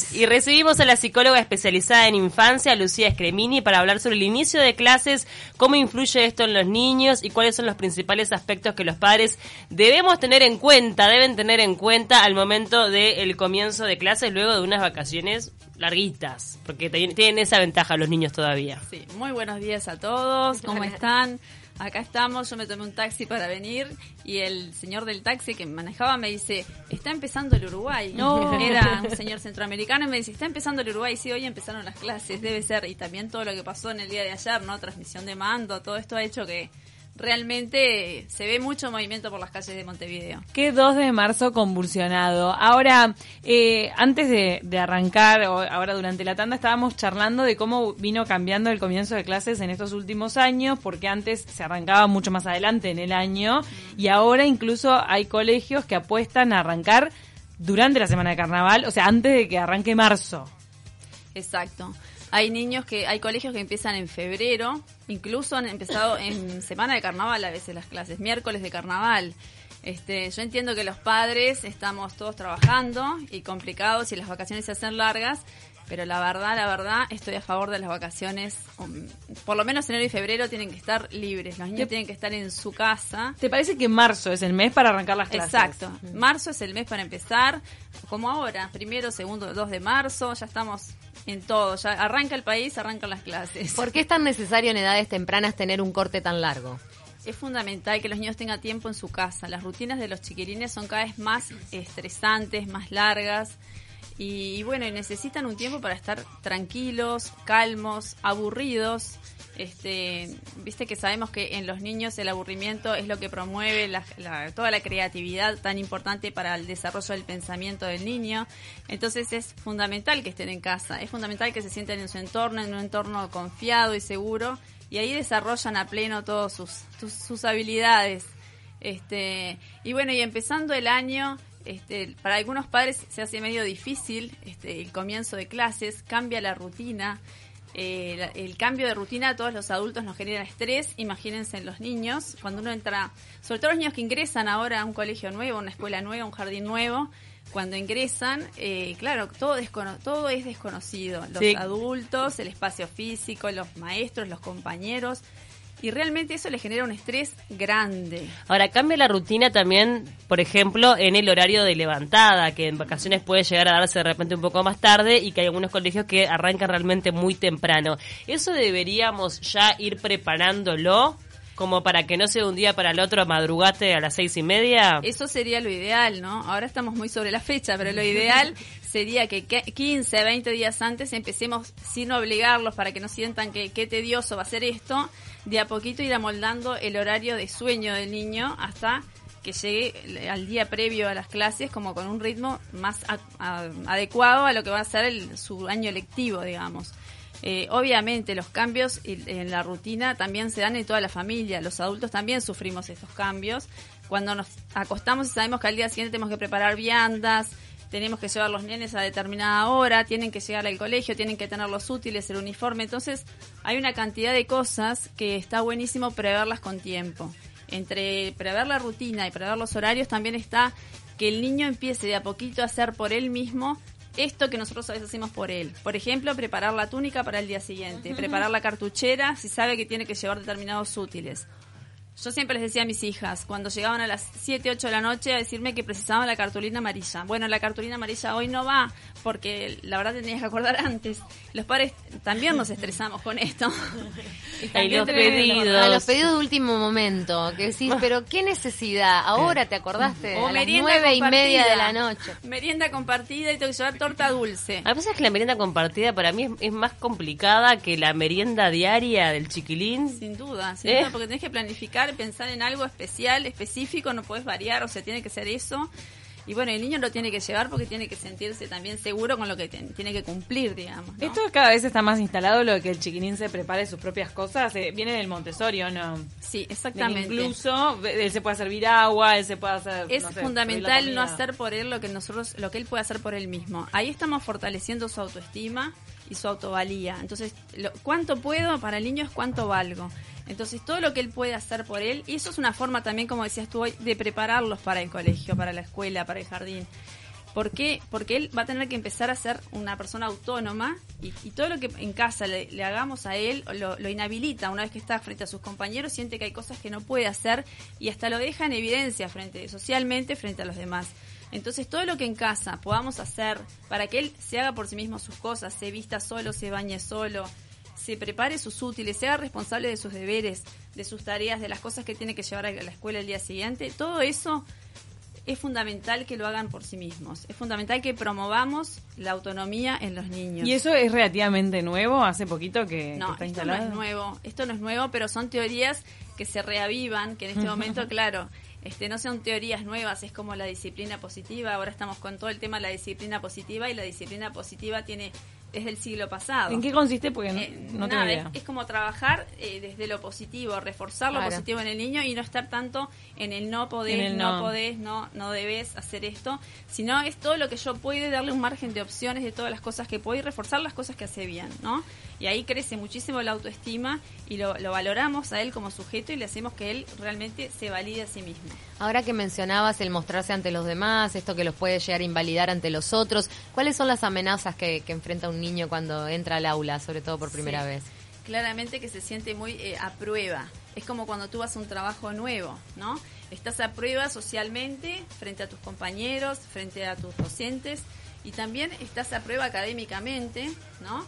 Y recibimos a la psicóloga especializada en infancia, Lucía Scremini, para hablar sobre el inicio de clases, cómo influye esto en los niños y cuáles son los principales aspectos que los padres deben tener en cuenta al momento del comienzo de clases luego de unas vacaciones larguitas, porque tienen esa ventaja los niños todavía. Sí, muy buenos días a todos, ¿cómo están? Acá estamos, yo me tomé un taxi para venir y el señor del taxi que manejaba me dice, está empezando el Uruguay. No. Era un señor centroamericano y me dice, está empezando el Uruguay. Sí, hoy empezaron las clases, debe ser. Y también todo lo que pasó en el día de ayer, ¿no? Transmisión de mando, todo esto ha hecho que realmente se ve mucho movimiento por las calles de Montevideo. Qué 2 de marzo convulsionado. Ahora, antes de arrancar, o ahora durante la tanda, estábamos charlando de cómo vino cambiando el comienzo de clases en estos últimos años, porque antes se arrancaba mucho más adelante en el año, y ahora incluso hay colegios que apuestan a arrancar durante la semana de carnaval, o sea, antes de que arranque marzo. Exacto. Hay colegios que empiezan en febrero, incluso han empezado en semana de carnaval a veces las clases, miércoles de carnaval. Yo entiendo que los padres estamos todos trabajando y complicados y las vacaciones se hacen largas, pero la verdad, estoy a favor de las vacaciones. Por lo menos enero y febrero tienen que estar libres, los niños tienen que estar en su casa. ¿Te parece que marzo es el mes para arrancar las clases? Exacto, marzo es el mes para empezar, como ahora, 1, 2, 2 de marzo, ya estamos en todo, ya arranca el país, arrancan las clases. ¿Por qué es tan necesario en edades tempranas tener un corte tan largo? Es fundamental que los niños tengan tiempo en su casa. Las rutinas de los chiquilines son cada vez más estresantes, más largas. Y bueno, y necesitan un tiempo para estar tranquilos, calmos, aburridos. Viste que sabemos que en los niños el aburrimiento es lo que promueve toda la creatividad tan importante para el desarrollo del pensamiento del niño. Entonces es fundamental que estén en casa, es fundamental que se sientan en su entorno, en un entorno confiado y seguro, y ahí desarrollan a pleno todas sus habilidades. Y bueno, y empezando el año, para algunos padres se hace medio difícil el comienzo de clases, cambia la rutina. El cambio de rutina a todos los adultos nos genera estrés, imagínense en los niños, cuando uno entra, sobre todo los niños que ingresan ahora a un colegio nuevo, una escuela nueva, un jardín nuevo, cuando ingresan, claro, todo es desconocido, los adultos, el espacio físico, los maestros, los compañeros. Y realmente eso le genera un estrés grande. Ahora, cambia la rutina también, por ejemplo, en el horario de levantada, que en vacaciones puede llegar a darse de repente un poco más tarde y que hay algunos colegios que arrancan realmente muy temprano. ¿Eso deberíamos ya ir preparándolo como para que no sea un día para el otro madrugate a las 6:30? Eso sería lo ideal, ¿no? Ahora estamos muy sobre la fecha, pero lo ideal sería que 15, 20 días antes empecemos, sin obligarlos, para que no sientan que qué tedioso va a ser esto, de a poquito ir amoldando el horario de sueño del niño hasta que llegue al día previo a las clases como con un ritmo más adecuado a lo que va a ser su año lectivo, digamos. Obviamente los cambios en la rutina también se dan en toda la familia, los adultos también sufrimos estos cambios. Cuando nos acostamos y sabemos que al día siguiente tenemos que preparar viandas, tenemos que llevar los nenes a determinada hora, tienen que llegar al colegio, tienen que tener los útiles, el uniforme. Entonces hay una cantidad de cosas que está buenísimo preverlas con tiempo. Entre prever la rutina y prever los horarios también está que el niño empiece de a poquito a hacer por él mismo esto que nosotros a veces hacemos por él. Por ejemplo, preparar la túnica para el día siguiente, preparar la cartuchera si sabe que tiene que llevar determinados útiles. Yo siempre les decía a mis hijas, cuando llegaban a las 7, 8 de la noche, a decirme que precisaban la cartulina amarilla. Bueno, la cartulina amarilla hoy no va, porque la verdad te tenías que acordar antes. Los padres también nos estresamos con esto. Y los pedidos. A los pedidos de último momento, que decís, pero qué necesidad, ahora te acordaste, o a las 9:30 de la noche. Merienda compartida y tengo que llevar torta dulce. A veces que la merienda compartida para mí es más complicada que la merienda diaria del chiquilín. Sin duda, porque tenés que planificar, pensar en algo especial, específico, no podés variar, o sea, tiene que ser eso. Y bueno, el niño lo tiene que llevar porque tiene que sentirse también seguro con lo que tiene que cumplir, digamos, ¿no? Esto cada vez está más instalado, lo de que el chiquilín se prepare sus propias cosas. Viene del Montessori, ¿o no? Sí, exactamente. Incluso él se puede servir agua, él se puede hacer... Es fundamental no hacer por él lo que él puede hacer por él mismo. Ahí estamos fortaleciendo su autoestima y su autovalía. Entonces, ¿cuánto puedo? Para el niño es cuánto valgo. Entonces, todo lo que él puede hacer por él, y eso es una forma también, como decías tú hoy, de prepararlos para el colegio, para la escuela, para el jardín. ¿Por qué? Porque él va a tener que empezar a ser una persona autónoma y todo lo que en casa le hagamos a él lo inhabilita. Una vez que está frente a sus compañeros, siente que hay cosas que no puede hacer y hasta lo deja en evidencia socialmente frente a los demás. Entonces, todo lo que en casa podamos hacer para que él se haga por sí mismo sus cosas, se vista solo, se bañe solo, se prepare sus útiles, se haga responsable de sus deberes, de sus tareas, de las cosas que tiene que llevar a la escuela el día siguiente, todo eso es fundamental que lo hagan por sí mismos. Es fundamental que promovamos la autonomía en los niños. ¿Y eso es relativamente nuevo? ¿Hace poquito que no, está esto instalado? Esto no es nuevo, pero son teorías que se reavivan, que en este momento, claro, no son teorías nuevas, es como la disciplina positiva. Ahora estamos con todo el tema de la disciplina positiva y la disciplina positiva es del siglo pasado. ¿En qué consiste? Porque no tengo idea. Es como trabajar desde lo positivo, reforzar lo positivo en el niño y no estar tanto en el no podés, no debes hacer esto, sino es todo lo que yo puedo, darle un margen de opciones de todas las cosas que puedo y reforzar las cosas que hace bien, ¿no? Y ahí crece muchísimo la autoestima y lo valoramos a él como sujeto y le hacemos que él realmente se valide a sí mismo. Ahora que mencionabas el mostrarse ante los demás, esto que los puede llegar a invalidar ante los otros, ¿cuáles son las amenazas que enfrenta un niño cuando entra al aula, sobre todo por primera vez? Claramente que se siente muy a prueba. Es como cuando tú vas a un trabajo nuevo, ¿no? Estás a prueba socialmente frente a tus compañeros, frente a tus docentes y también estás a prueba académicamente, ¿no?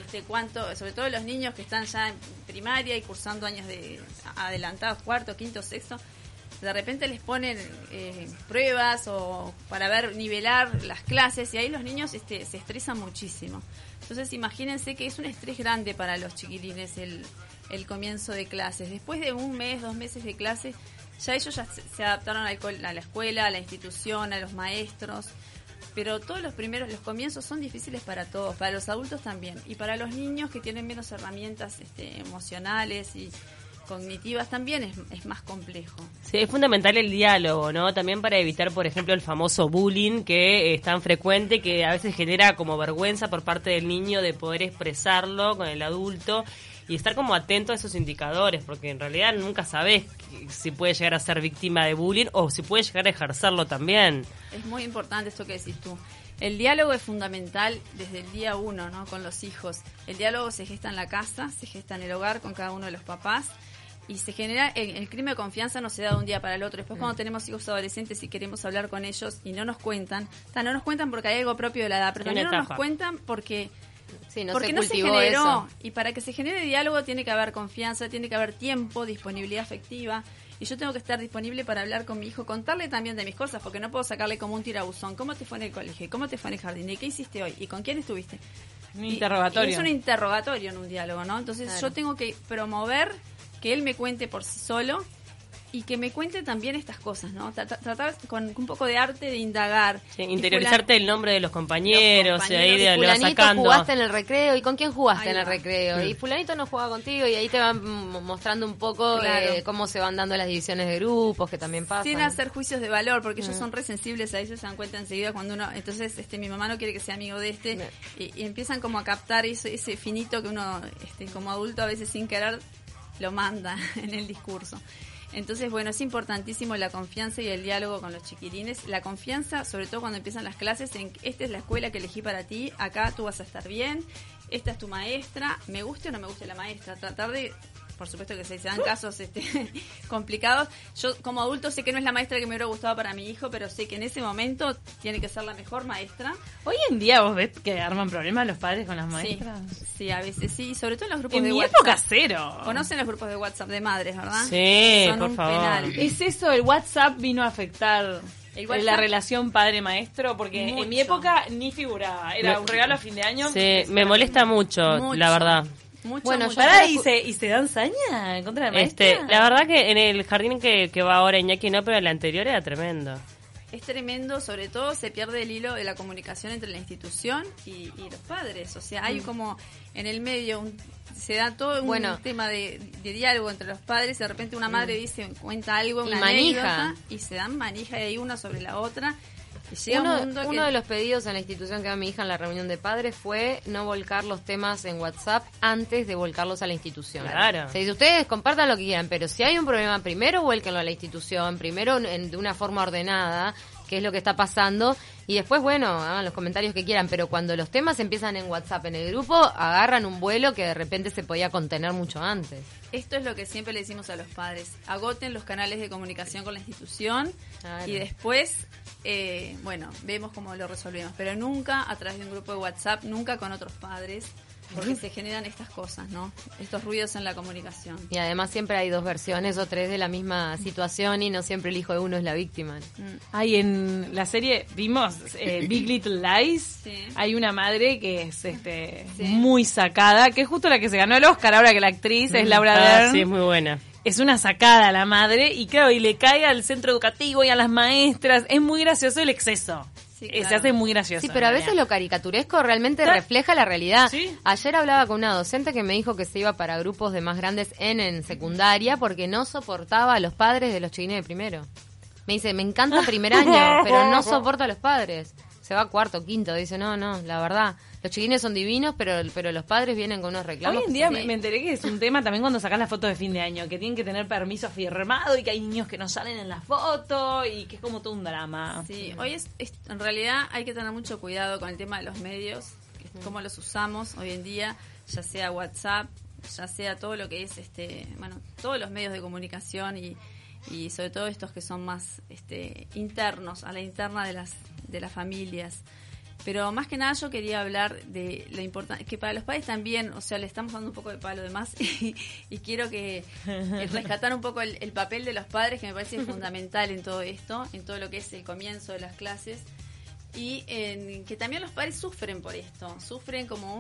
Sobre todo los niños que están ya en primaria y cursando años de adelantados, cuarto, quinto, sexto, de repente les ponen pruebas o para nivelar las clases y ahí los niños se estresan muchísimo. Entonces imagínense que es un estrés grande para los chiquilines el comienzo de clases. Después de 1 mes, 2 meses de clase, ya ellos se adaptaron a la escuela, a la institución, a los maestros. Pero todos los comienzos son difíciles para todos, para los adultos también. Y para los niños que tienen menos herramientas emocionales y cognitivas también es más complejo. Sí, es fundamental el diálogo, ¿no? También para evitar, por ejemplo, el famoso bullying que es tan frecuente que a veces genera como vergüenza por parte del niño de poder expresarlo con el adulto y estar como atento a esos indicadores, porque en realidad nunca sabés si puede llegar a ser víctima de bullying o si puede llegar a ejercerlo también. Es muy importante esto que decís tú. El diálogo es fundamental desde el día 1, ¿no? Con los hijos. El diálogo se gesta en la casa, se gesta en el hogar con cada uno de los papás y se genera, el clima de confianza no se da de un día para el otro. Después cuando tenemos hijos adolescentes y queremos hablar con ellos y no nos cuentan porque hay algo propio de la edad, pero también no nos cuentan porque no se generó eso. Y para que se genere diálogo tiene que haber confianza, tiene que haber tiempo, disponibilidad afectiva. Y yo tengo que estar disponible para hablar con mi hijo, contarle también de mis cosas, porque no puedo sacarle como un tirabuzón. ¿Cómo te fue en el colegio? ¿Cómo te fue en el jardín? ¿Y qué hiciste hoy? ¿Y con quién estuviste? Un interrogatorio. Y es un interrogatorio en un diálogo, ¿no? Entonces yo tengo que promover que él me cuente por sí solo y que me cuente también estas cosas, ¿no? Tratar con un poco de arte de indagar. Sí, interiorizarte el nombre de los compañeros, y ahí lo vas fulanito sacando. Jugaste en el recreo, ¿y con quién jugaste Ahí en el recreo? Sí. Y fulanito no jugaba contigo, y ahí te van mostrando un poco cómo se van dando las divisiones de grupos, que también pasan. Sin hacer juicios de valor, porque ellos son re sensibles a eso, se dan cuenta enseguida cuando uno... Entonces, mi mamá no quiere que sea amigo de y empiezan como a captar ese finito que uno, como adulto, a veces sin querer, lo manda en el discurso. Entonces, bueno, es importantísimo la confianza y el diálogo con los chiquilines. La confianza, sobre todo cuando empiezan las clases, en esta es la escuela que elegí para ti, acá tú vas a estar bien, esta es tu maestra, me guste o no me guste la maestra. Tratar de, por supuesto que se dan casos complicados. Yo como adulto sé que no es la maestra que me hubiera gustado para mi hijo, pero sé que en ese momento tiene que ser la mejor maestra. Hoy en día vos ves que arman problemas los padres con las maestras. Sí, a veces sí, sobre todo en los grupos de mi WhatsApp. época cero. ¿Conocen los grupos de WhatsApp de madres, verdad? Sí, Son por un favor. penal. Es eso, el WhatsApp vino a afectar El WhatsApp, la relación padre-maestro, porque mucho. en mi época ni figuraba. Era un regalo a fin de año. Sí, me molesta mucho, la verdad. Mucho, Bueno, mucho. Pará, ¿y se dan saña en contra de la maestra? La verdad que en el jardín que va ahora Iñaki no, pero el anterior era tremendo. Es tremendo, sobre todo se pierde el hilo de la comunicación entre la institución y los padres. O sea, hay como en el medio, se da todo un tema de diálogo entre los padres. De repente una madre cuenta algo, una anécdota, y se dan manija de ahí una sobre la otra. Y llega Uno de los pedidos en la institución que va mi hija en la reunión de padres fue no volcar los temas en WhatsApp antes de volcarlos a la institución. Claro. Se dice, ustedes compartan lo que quieran, pero si hay un problema, primero vuélquenlo a la institución, primero de una forma ordenada, qué es lo que está pasando. Y después, bueno, hagan los comentarios que quieran, pero cuando los temas empiezan en WhatsApp, en el grupo, agarran un vuelo que de repente se podía contener mucho antes. Esto es lo que siempre le decimos a los padres. Agoten los canales de comunicación con la institución y después, vemos cómo lo resolvemos. Pero nunca a través de un grupo de WhatsApp, nunca con otros padres, porque se generan estas cosas, ¿no? Estos ruidos en la comunicación. Y además siempre hay 2 versiones o 3 de la misma situación y no siempre el hijo de uno es la víctima. Ay, en la serie vimos Big Little Lies. Sí. Hay una madre que es muy sacada, que es justo la que se ganó el Oscar ahora que la actriz es Laura Dern. Sí, es muy buena. Es una sacada la madre y claro, y le cae al centro educativo y a las maestras. Es muy gracioso el exceso. Sí, claro. Se hace muy gracioso. Sí, pero a veces lo caricaturesco realmente refleja la realidad. ¿Sí? Ayer hablaba con una docente que me dijo que se iba para grupos de más grandes en secundaria porque no soportaba a los padres de los chiquines de primero. Me dice, me encanta primer año, pero no soporto a los padres. Se va a cuarto, quinto, dice, no, la verdad. Los chiquines son divinos, pero los padres vienen con unos reclamos. Hoy en día me enteré que es un tema también cuando sacas las fotos de fin de año, que tienen que tener permiso firmado y que hay niños que no salen en la foto y que es como todo un drama. Sí, hoy en realidad hay que tener mucho cuidado con el tema de los medios, cómo los usamos hoy en día, ya sea WhatsApp, ya sea todo lo que es, todos los medios de comunicación y sobre todo estos que son más internos, a la interna de las familias. Pero más que nada yo quería hablar de lo importante, que para los padres también, o sea, le estamos dando un poco de palo de más y quiero que rescatar un poco el papel de los padres, que me parece fundamental en todo esto, en todo lo que es el comienzo de las clases, y que también los padres sufren por esto, sufren como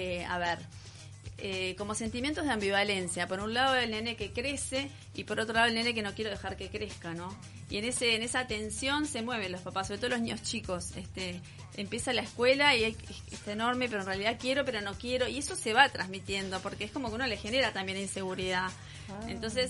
como sentimientos de ambivalencia. Por un lado el nene que crece y por otro lado el nene que no quiero dejar que crezca, ¿no? Y en esa tensión se mueven los papás, sobre todo los niños chicos. Empieza la escuela y es enorme, pero en realidad quiero, pero no quiero. Y eso se va transmitiendo porque es como que uno le genera también inseguridad. Entonces,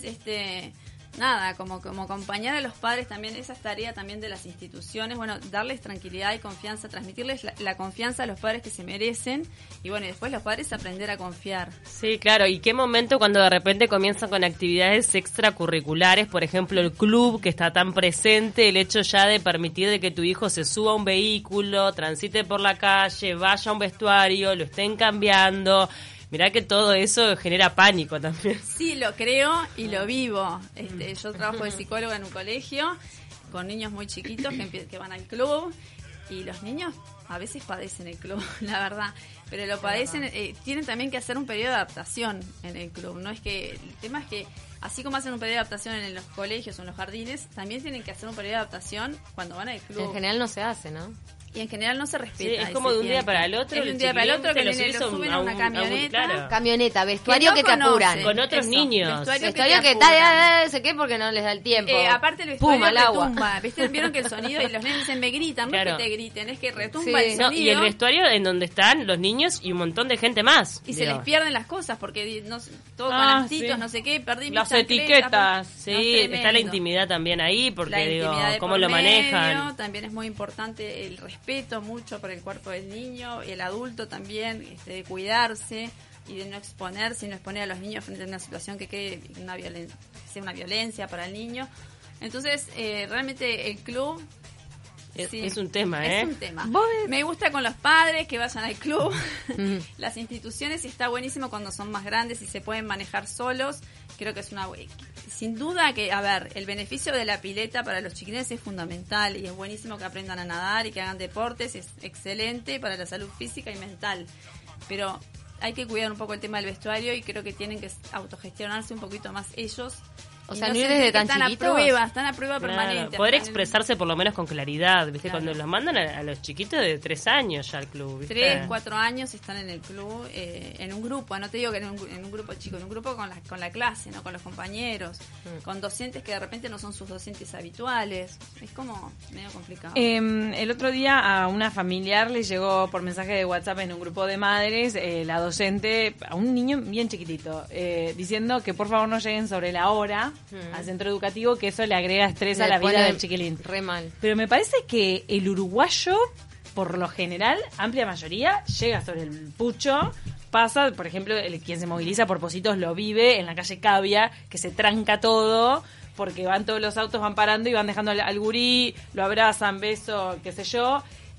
como acompañar a los padres también, esa es tarea también de las instituciones, darles tranquilidad y confianza, transmitirles la confianza a los padres que se merecen y después los padres aprender a confiar. Sí, claro, y qué momento cuando de repente comienzan con actividades extracurriculares, por ejemplo el club que está tan presente, el hecho ya de permitir de que tu hijo se suba a un vehículo, transite por la calle, vaya a un vestuario, lo estén cambiando. Mirá que todo eso genera pánico también. Sí, lo creo y lo vivo. Yo trabajo de psicóloga en un colegio con niños muy chiquitos que van al club y los niños a veces padecen el club, la verdad. Pero lo padecen, tienen también que hacer un periodo de adaptación en el club. No es que el tema es que así como hacen un periodo de adaptación en los colegios o en los jardines, también tienen que hacer un periodo de adaptación cuando van al club. En general no se hace, ¿no? Y en general no se respeta. Sí, es como de un día para el otro. Es de un día para el otro que lo suben a una camioneta. Camioneta, vestuario que te apuran. Con otros niños. Vestuario que está, sé qué, porque no les da el tiempo. Aparte el vestuario retumba. Vieron que el sonido, y los nenes dicen, me gritan, no es que te griten, es que retumba el sonido. Y el vestuario en donde están los niños y un montón de gente más. Y se les pierden las cosas, porque todo canastitos, no sé qué, perdí las etiquetas. Sí, está la intimidad también ahí, porque cómo lo manejan. También es muy importante el respeto mucho por el cuerpo del niño y el adulto también, de cuidarse y de no exponerse y no exponer a los niños frente a una situación que sea una violencia para el niño. Entonces, realmente el club es un tema, Es un tema. Me gusta con los padres que vayan al club. Las instituciones está buenísimo cuando son más grandes y se pueden manejar solos. Creo que es sin duda que, el beneficio de la pileta para los chiquines es fundamental y es buenísimo que aprendan a nadar y que hagan deportes, es excelente para la salud física y mental. Pero hay que cuidar un poco el tema del vestuario y creo que tienen que autogestionarse un poquito más ellos. O sea, no ir desde tan chiquitos. Están a prueba permanente. Poder expresarse por lo menos con claridad, ¿viste? Claro. Cuando los mandan a los chiquitos de 3 años ya al club, ¿viste? 3, 4 años están en el club, en un grupo, no te digo que en un grupo chico, en un grupo con la clase, ¿no? Con los compañeros, con docentes que de repente no son sus docentes habituales. Es como medio complicado. El otro día a una familiar le llegó por mensaje de WhatsApp en un grupo de madres, la docente, a un niño bien chiquitito, diciendo que por favor no lleguen sobre la hora al centro educativo, que eso le agrega estrés a la vida del chiquilín. Re mal. Pero me parece que el uruguayo, por lo general, amplia mayoría, llega sobre el pucho, pasa, por ejemplo, quien se moviliza por Positos lo vive, en la calle Cavia, que se tranca todo, porque van todos los autos, van parando y van dejando al gurí, lo abrazan, beso, qué sé yo.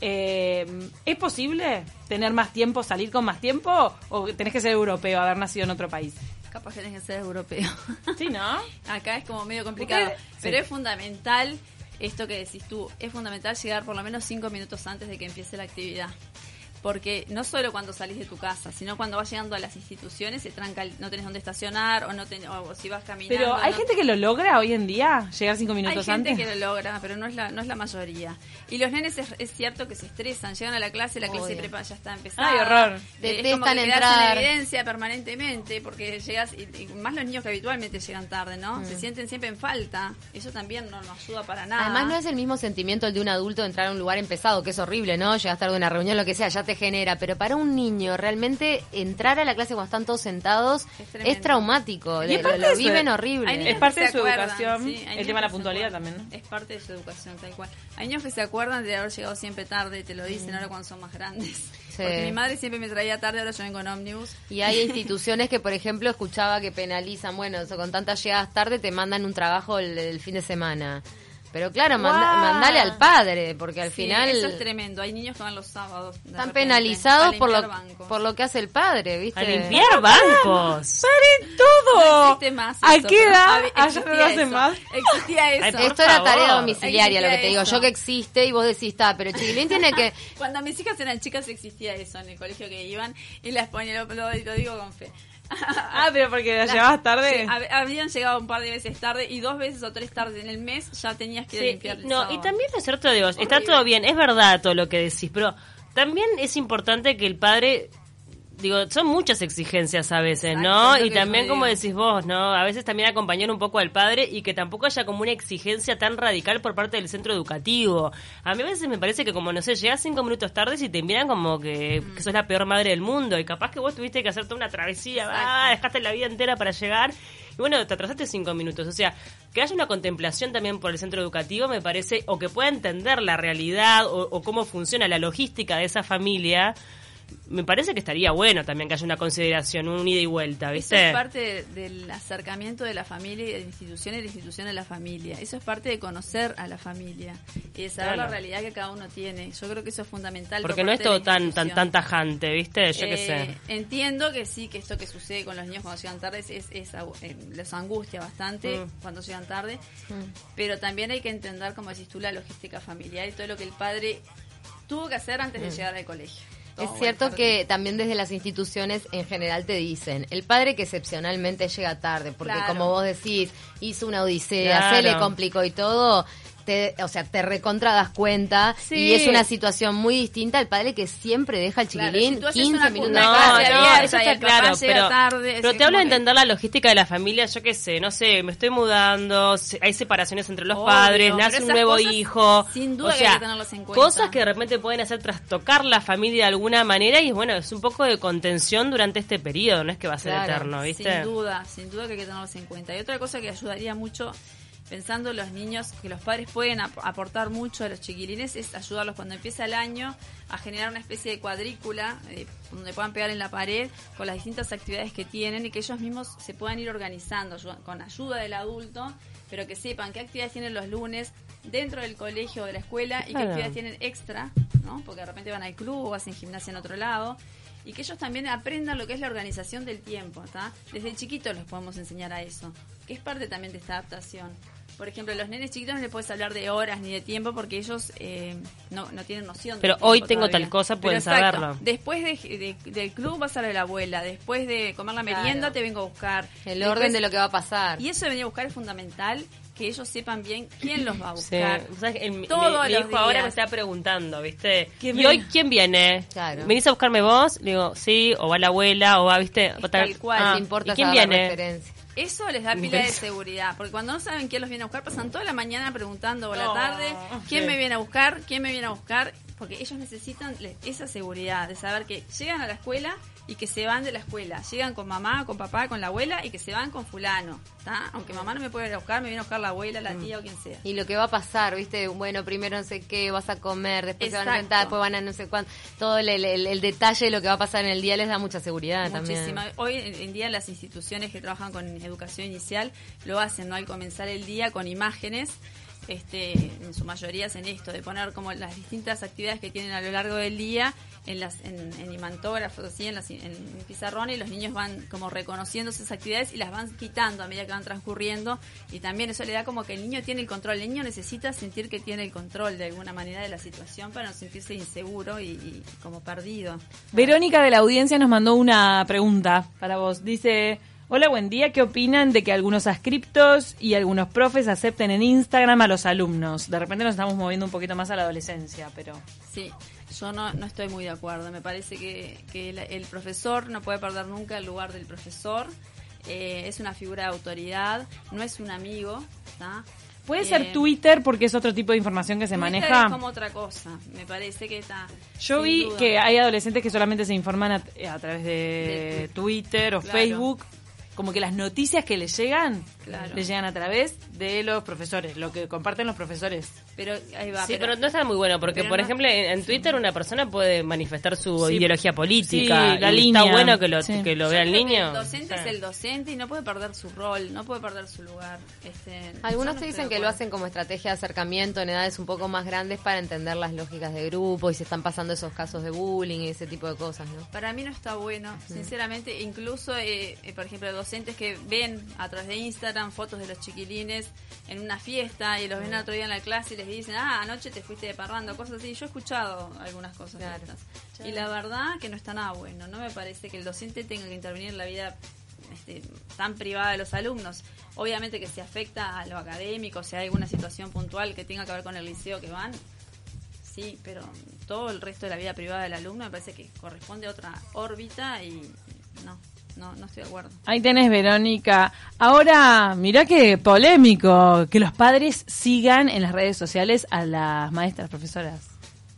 ¿Es posible tener más tiempo, salir con más tiempo, o tenés que ser europeo, haber nacido en otro país? Capaz que tenés que ser europeo. Sí, ¿no? Acá es como medio complicado. Pero Sí. es fundamental, esto que decís tú, es fundamental llegar por lo menos 5 minutos antes de que empiece la actividad. Porque no solo cuando salís de tu casa, sino cuando vas llegando a las instituciones se tranca, no tenés dónde estacionar o si vas caminando. Pero hay no- gente que lo logra hoy en día, llegar 5 minutos Hay gente antes. que lo logra, pero no es la mayoría. Y los nenes es cierto que se estresan, llegan a la clase Obvio. ya está empezada. Ay, horror. Es como Detestan que quedás entrar. en evidencia permanentemente, porque llegas, y más los niños que habitualmente llegan tarde, ¿no? Se sienten siempre en falta. Eso también no nos ayuda para nada. Además no es el mismo sentimiento el de un adulto de entrar a un lugar empezado, que es horrible, ¿no? Llegas tarde a una reunión, lo que sea, ya te genera. Pero para un niño, realmente entrar a la clase cuando están todos sentados Es es, tremendo. Y traumático. es Lo parte de su- viven horrible. Hay niños Es parte que de se su acuerdan, educación, sí, hay el niños tema de la que se puntualidad acuerdan. también, ¿no? Es parte de su educación, tal cual. Hay niños que se acuerdan de haber llegado siempre tarde, te lo dicen ahora cuando son más grandes. Sí. Porque mi madre siempre me traía tarde, ahora yo vengo en ómnibus. Y hay instituciones que, por ejemplo, escuchaba que penalizan, bueno, eso, con tantas llegadas tarde te mandan un trabajo el fin de semana. Pero claro, Guau. mandale al padre, porque al Sí, final eso es tremendo. Hay niños que van los sábados. de están repente, penalizados a por limpiar bancos. lo que hace el padre, ¿viste? A limpiar bancos. ¡Paren todo! No existe más ¿A eso, qué pero edad? existía Allá no lo hacen eso. más. Existía eso. Ay, por Esto era favor. tarea domiciliaria, lo que te digo. Existía Yo que eso. existe y vos decís, está, pero Chiquilín tiene que... Cuando mis hijas eran chicas existía eso en el colegio que iban y las ponía, lo digo con fe. Ah, pero porque la llevabas tarde. Sí, habían llegado un par de veces tarde y 2 veces o 3 tardes en el mes ya tenías que ir a Sí, limpiar el no, y sábado. también es cierto, digo, está todo bien, es verdad todo lo que decís, pero también es importante que el padre, digo, son muchas exigencias a veces, Exacto, ¿no? es lo Y que también, yo como digo. decís vos, ¿no? A veces también acompañar un poco al padre y que tampoco haya como una exigencia tan radical por parte del centro educativo. A mí a veces me parece que como, no sé, llegás 5 minutos tarde y te miran como que sos la peor madre del mundo y capaz que vos tuviste que hacer toda una travesía, Exacto. dejaste la vida entera para llegar y bueno, te atrasaste 5 minutos. O sea, que haya una contemplación también por el centro educativo me parece, o que pueda entender la realidad o cómo funciona la logística de esa familia, me parece que estaría bueno también que haya una consideración, un ida y vuelta, Eso ¿viste? es parte del acercamiento de la familia y de la institución a la familia. Eso es parte de conocer a la familia y de saber Claro. la realidad que cada uno tiene. Yo creo que eso es fundamental. Porque por no es parte de todo la tan institución. tajante, ¿viste? Yo qué sé. Entiendo que sí, que esto que sucede con los niños cuando llegan tarde les angustia bastante cuando llegan tarde, pero también hay que entender, como decís tú, la logística familiar y todo lo que el padre tuvo que hacer antes de llegar al colegio. Es Todo, cierto el padre. que también desde las instituciones en general te dicen, el padre que excepcionalmente llega tarde, porque Claro. como vos decís, hizo una odisea, Claro. se le complicó y todo, te recontra das cuenta Sí. y es una situación muy distinta al padre que siempre deja al Claro, chiquilín si tú haces 15 una minutos junta No, de tarde. clase no, abierta eso y está el papá claro, llega pero, tarde, pero es te hablo de como que- entender la logística de la familia, yo qué sé, no sé, me estoy mudando, hay separaciones entre los Obvio, padres, pero nace un esas nuevo cosas, hijo, sin duda o que hay sea, que tenerlas en cuenta. cosas que de repente pueden hacer trastocar la familia de alguna manera y bueno, es un poco de contención durante este periodo, no es que va a ser Claro, eterno, ¿viste? Sin duda que hay que tenerlos en cuenta. Y otra cosa que ayudaría mucho, pensando en los niños, que los padres pueden aportar mucho a los chiquilines, es ayudarlos cuando empieza el año a generar una especie de cuadrícula donde puedan pegar en la pared con las distintas actividades que tienen y que ellos mismos se puedan ir organizando con ayuda del adulto, pero que sepan qué actividades tienen los lunes dentro del colegio o de la escuela y qué Claro. actividades tienen extra, ¿no? Porque de repente van al club o hacen gimnasia en otro lado. Y que ellos también aprendan lo que es la organización del tiempo, ¿tá? Desde chiquitos los podemos enseñar a eso, que es parte también de esta adaptación. Por ejemplo, a los nenes chiquitos no les puedes hablar de horas ni de tiempo porque ellos no tienen noción. Pero del tiempo hoy tengo todavía. tal cosa, pueden Pero exacto, saberlo. Después del club vas a la de la abuela, después de comer la merienda Claro. te vengo a buscar. El Después- orden de lo que va a pasar. Y eso de venir a buscar es fundamental, que ellos sepan bien quién los va a Sí. buscar. ¿Sabes? Mi Todos los hijo ahora días. me está preguntando, ¿viste? ¿Quién ¿Y viene? hoy quién viene? Claro. ¿Venís a buscarme vos? Le digo, sí, o va la abuela, o va, ¿viste? Es O tal- tal cual, Ah, No importa ¿y quién saber la viene? referencia. Eso les da pila de seguridad, porque cuando no saben quién los viene a buscar, pasan toda la mañana preguntando o la No, tarde, ¿quién sí. me viene a buscar? ¿Quién me viene a buscar? porque ellos necesitan esa seguridad de saber que llegan a la escuela y que se van de la escuela, llegan con mamá, con papá, con la abuela y que se van con fulano, ¿tá? Aunque mamá no me puede ir a buscar, me viene a buscar la abuela, la tía o quien sea. Y lo que va a pasar, ¿viste? Bueno, primero no sé qué, vas a comer, después se van a sentar, después van a no sé cuánto. Todo el detalle de lo que va a pasar en el día les da mucha seguridad también. Hoy en día las instituciones que trabajan con educación inicial lo hacen, ¿no? Al comenzar el día con imágenes, en su mayoría hacen esto, de poner como las distintas actividades que tienen a lo largo del día en imantógrafos, así, en pizarrón, y los niños van como reconociendo esas actividades y las van quitando a medida que van transcurriendo, y también eso le da como que el niño tiene el control. El niño necesita sentir que tiene el control de alguna manera de la situación para no sentirse inseguro y como perdido. Verónica de la audiencia nos mandó una pregunta para vos. Dice: hola, buen día. ¿Qué opinan de que algunos adscriptos y algunos profes acepten en Instagram a los alumnos? De repente nos estamos moviendo un poquito más a la adolescencia, pero... Sí, yo no estoy muy de acuerdo. Me parece que el profesor no puede perder nunca el lugar del profesor. Es una figura de autoridad, no es un amigo, ¿tá? ¿Puede ser Twitter porque es otro tipo de información que se Twitter maneja? Es como otra cosa, me parece que está... Yo vi que hay adolescentes que solamente se informan a través de Twitter o Facebook. Como que las noticias que les llegan, les llegan a través de los profesores, lo que comparten los profesores. Pero ahí va. Sí, pero no está muy bueno, porque por ejemplo en Twitter una persona puede manifestar su ideología política. Sí, la y línea. Está bueno que lo vea el niño. El docente es el docente y no puede perder su rol, no puede perder su lugar. Algunos te dicen que lo hacen como estrategia de acercamiento en edades un poco más grandes para entender las lógicas de grupo y se están pasando esos casos de bullying y ese tipo de cosas, ¿no? Para mí no está bueno, sinceramente. Incluso, por ejemplo, docentes que ven a través de Instagram fotos de los chiquilines en una fiesta y los ven otro día en la clase y les dicen: anoche te fuiste de parrando, cosas así. Yo he escuchado algunas cosas de estas. Y la verdad que no está nada bueno. No me parece que el docente tenga que intervenir en la vida tan privada de los alumnos. Obviamente que si afecta a lo académico, si hay alguna situación puntual que tenga que ver con el liceo que van, sí, pero todo el resto de la vida privada del alumno me parece que corresponde a otra órbita y no estoy de acuerdo. Ahí tenés, Verónica. Ahora, mirá qué polémico que los padres sigan en las redes sociales a las maestras, profesoras.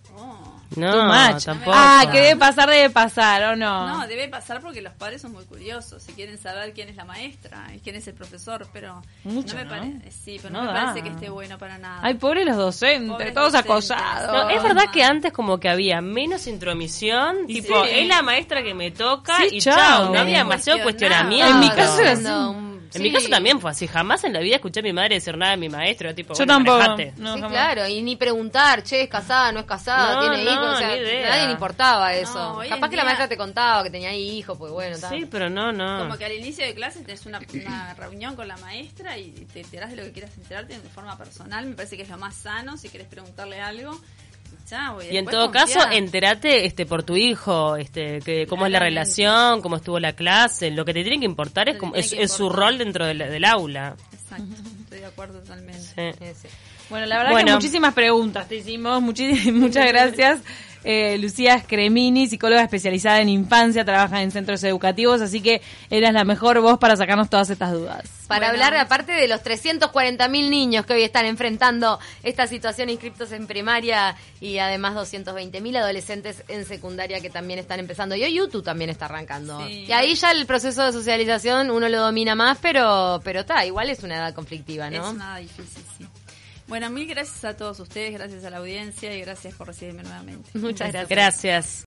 No, tampoco. Que debe pasar, ¿o no? No, debe pasar porque los padres son muy curiosos y quieren saber quién es la maestra y quién es el profesor, pero mucho, no me parece, pero no me parece que esté bueno para nada. Ay, pobres los docentes, Pobres todos docentes. acosados. No, es verdad que antes como que había menos intromisión, tipo, es la maestra que me toca y chao, no había demasiado cuestionamiento. En mi caso era así. En mi caso también fue así, jamás en la vida escuché a mi madre decir nada de mi maestro, tipo, yo tampoco. Sí, claro, y ni preguntar, che, ¿es casada, no es casada, tiene hijos? O sea, ni idea. nadie le importaba eso. No, Capaz que la maestra te contaba que tenía hijos, pues bueno. Sí, pero no. Como que al inicio de clase tenés una reunión con la maestra y te enterás de lo que quieras enterarte de forma personal. Me parece que es lo más sano si querés preguntarle algo. Y en todo caso, entérate por tu hijo, que cómo es la relación, cómo estuvo la clase. Lo que te tiene que importar es su rol dentro del aula. Exacto, estoy de acuerdo totalmente. Sí. Bueno, la verdad que muchísimas preguntas te hicimos. Muchas gracias. Lucía Scremini, psicóloga especializada en infancia, trabaja en centros educativos, así que eras la mejor voz para sacarnos todas estas dudas. Para hablar, aparte de los 340.000 niños que hoy están enfrentando esta situación inscriptos en primaria y además 220.000 adolescentes en secundaria que también están empezando. Y hoy YouTube también está arrancando. Sí. Y ahí ya el proceso de socialización uno lo domina más, pero igual es una edad conflictiva, ¿no? Es una edad difícil, sí. Bueno, mil gracias a todos ustedes, gracias a la audiencia y gracias por recibirme nuevamente. Muchas gracias.